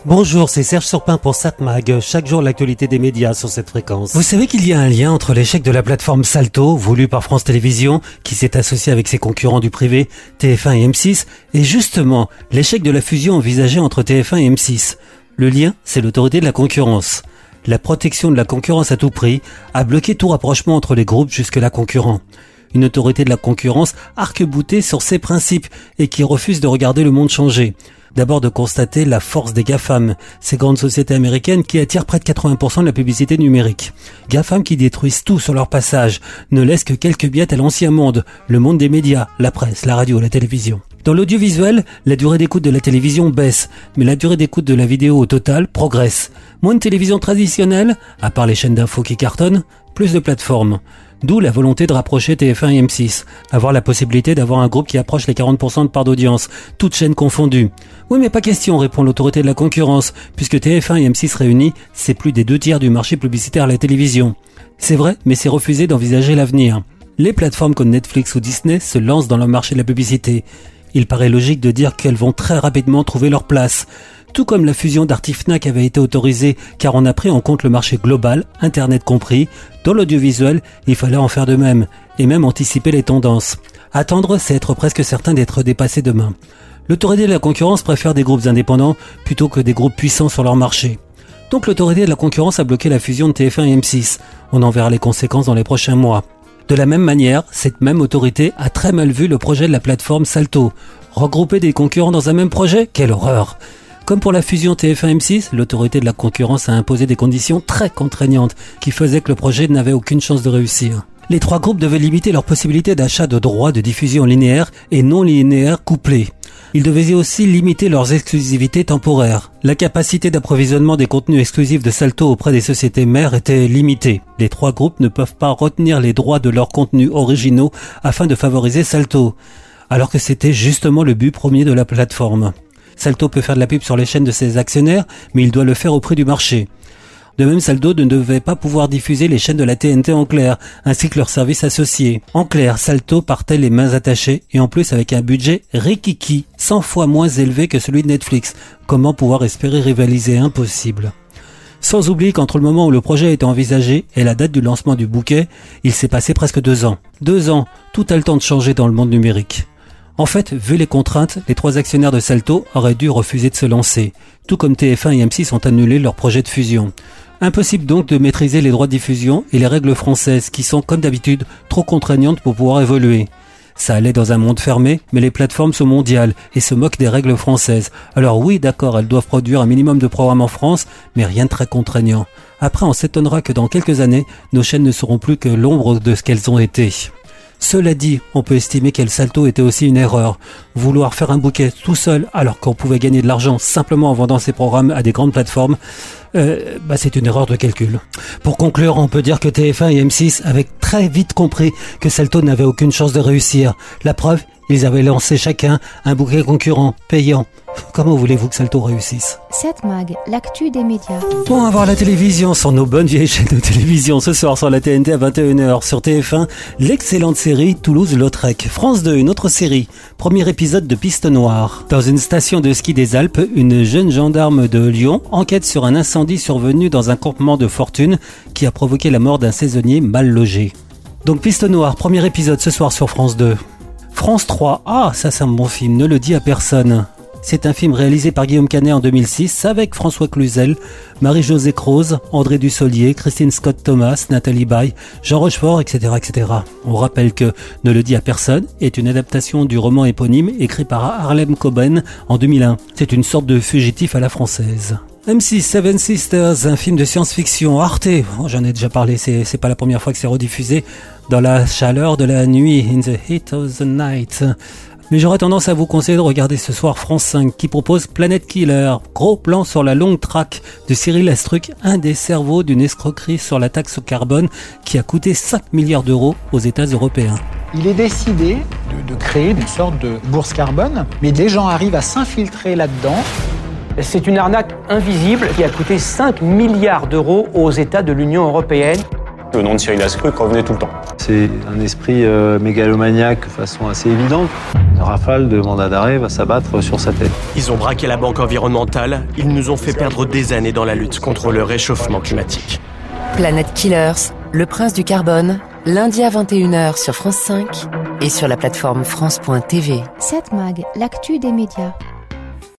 Bonjour, c'est Serge Surpin pour Satmag. Chaque jour, l'actualité des médias sur cette fréquence. Vous savez qu'il y a un lien entre l'échec de la plateforme Salto, voulue par France Télévisions, qui s'est associée avec ses concurrents du privé, TF1 et M6, et justement, l'échec de la fusion envisagée entre TF1 et M6. Le lien, c'est l'autorité de la concurrence. La protection de la concurrence à tout prix a bloqué tout rapprochement entre les groupes jusque-là concurrents. Une autorité de la concurrence arc-boutée sur ses principes et qui refuse de regarder le monde changer. D'abord de constater la force des GAFAM, ces grandes sociétés américaines qui attirent près de 80% de la publicité numérique. GAFAM qui détruisent tout sur leur passage, ne laissent que quelques miettes à l'ancien monde, le monde des médias, la presse, la radio, la télévision. Dans l'audiovisuel, la durée d'écoute de la télévision baisse, mais la durée d'écoute de la vidéo au total progresse. Moins de télévision traditionnelle, à part les chaînes d'infos qui cartonnent, plus de plateformes. D'où la volonté de rapprocher TF1 et M6, avoir la possibilité d'avoir un groupe qui approche les 40% de part d'audience, toutes chaînes confondues. Oui mais pas question, répond l'autorité de la concurrence, puisque TF1 et M6 réunis, c'est plus des 2/3 du marché publicitaire à la télévision. C'est vrai, mais c'est refusé d'envisager l'avenir. Les plateformes comme Netflix ou Disney se lancent dans le marché de la publicité. Il paraît logique de dire qu'elles vont très rapidement trouver leur place. Tout comme la fusion d'Artifnac avait été autorisée car on a pris en compte le marché global, Internet compris, dans l'audiovisuel, il fallait en faire de même, et même anticiper les tendances. Attendre, c'est être presque certain d'être dépassé demain. L'autorité de la concurrence préfère des groupes indépendants plutôt que des groupes puissants sur leur marché. Donc l'autorité de la concurrence a bloqué la fusion de TF1 et M6. On en verra les conséquences dans les prochains mois. De la même manière, cette même autorité a très mal vu le projet de la plateforme Salto. Regrouper des concurrents dans un même projet, quelle horreur! Comme pour la fusion TF1-M6, l'autorité de la concurrence a imposé des conditions très contraignantes qui faisaient que le projet n'avait aucune chance de réussir. Les trois groupes devaient limiter leur possibilité d'achat de droits de diffusion linéaire et non linéaire couplés. Ils devaient aussi limiter leurs exclusivités temporaires. La capacité d'approvisionnement des contenus exclusifs de Salto auprès des sociétés mères était limitée. Les trois groupes ne peuvent pas retenir les droits de leurs contenus originaux afin de favoriser Salto, alors que c'était justement le but premier de la plateforme. Salto peut faire de la pub sur les chaînes de ses actionnaires, mais il doit le faire au prix du marché. De même, Salto ne devait pas pouvoir diffuser les chaînes de la TNT en clair, ainsi que leurs services associés. En clair, Salto partait les mains attachées, et en plus avec un budget rikiki, 100 fois moins élevé que celui de Netflix. Comment pouvoir espérer rivaliser? Impossible. Sans oublier qu'entre le moment où le projet a été envisagé et la date du lancement du bouquet, il s'est passé presque 2 ans. 2 ans, tout a le temps de changer dans le monde numérique. En fait, vu les contraintes, les 3 actionnaires de Salto auraient dû refuser de se lancer, tout comme TF1 et M6 ont annulé leur projet de fusion. Impossible donc de maîtriser les droits de diffusion et les règles françaises qui sont, comme d'habitude, trop contraignantes pour pouvoir évoluer. Ça allait dans un monde fermé, mais les plateformes sont mondiales et se moquent des règles françaises. Alors oui, d'accord, elles doivent produire un minimum de programmes en France, mais rien de très contraignant. Après, on s'étonnera que dans quelques années, nos chaînes ne seront plus que l'ombre de ce qu'elles ont été. Cela dit, on peut estimer qu'El Salto était aussi une erreur. Vouloir faire un bouquet tout seul alors qu'on pouvait gagner de l'argent simplement en vendant ses programmes à des grandes plateformes, c'est une erreur de calcul. Pour conclure, on peut dire que TF1 et M6 avaient très vite compris que Salto n'avait aucune chance de réussir. La preuve, ils avaient lancé chacun un bouquet concurrent, payant. Comment voulez-vous que Salto réussisse? Satmag, l'actu des médias. Bon, à voir la télévision sur nos bonnes vieilles chaînes de télévision. Ce soir sur la TNT à 21h. Sur TF1, l'excellente série Toulouse-Lautrec. France 2, une autre série. Premier épisode de Piste Noire. Dans une station de ski des Alpes, une jeune gendarme de Lyon enquête sur un incendie survenu dans un campement de fortune qui a provoqué la mort d'un saisonnier mal logé. Donc Piste Noire, premier épisode ce soir sur France 2. France 3, ça c'est un bon film, ne le dis à personne. C'est un film réalisé par Guillaume Canet en 2006 avec François Cluzel, Marie-Josée Croze, André Dussolier, Christine Scott-Thomas, Nathalie Baye, Jean Rochefort, etc., etc. On rappelle que Ne le dit à personne est une adaptation du roman éponyme écrit par Harlem Coben en 2001. C'est une sorte de fugitif à la française. M6, Seven Sisters, un film de science-fiction, Arte, j'en ai déjà parlé, c'est pas la première fois que c'est rediffusé, dans la chaleur de la nuit, in the heat of the night. Mais j'aurais tendance à vous conseiller de regarder ce soir France 5 qui propose Planet Killer, gros plan sur la longue track de Cyril Astruc, un des cerveaux d'une escroquerie sur la taxe au carbone qui a coûté 5 milliards d'euros aux États européens. Il est décidé de créer une sorte de bourse carbone, mais des gens arrivent à s'infiltrer là-dedans. C'est une arnaque invisible qui a coûté 5 milliards d'euros aux États de l'Union européenne. Le nom de Cyril Hastecruc revenait tout le temps. C'est un esprit mégalomaniaque de façon assez évidente. Une rafale de mandat d'arrêt va s'abattre sur sa tête. Ils ont braqué la banque environnementale, ils nous ont fait perdre des années dans la lutte contre le réchauffement climatique. Planet Killers, le prince du carbone, lundi à 21h sur France 5 et sur la plateforme France.tv. 7 Mag, l'actu des médias.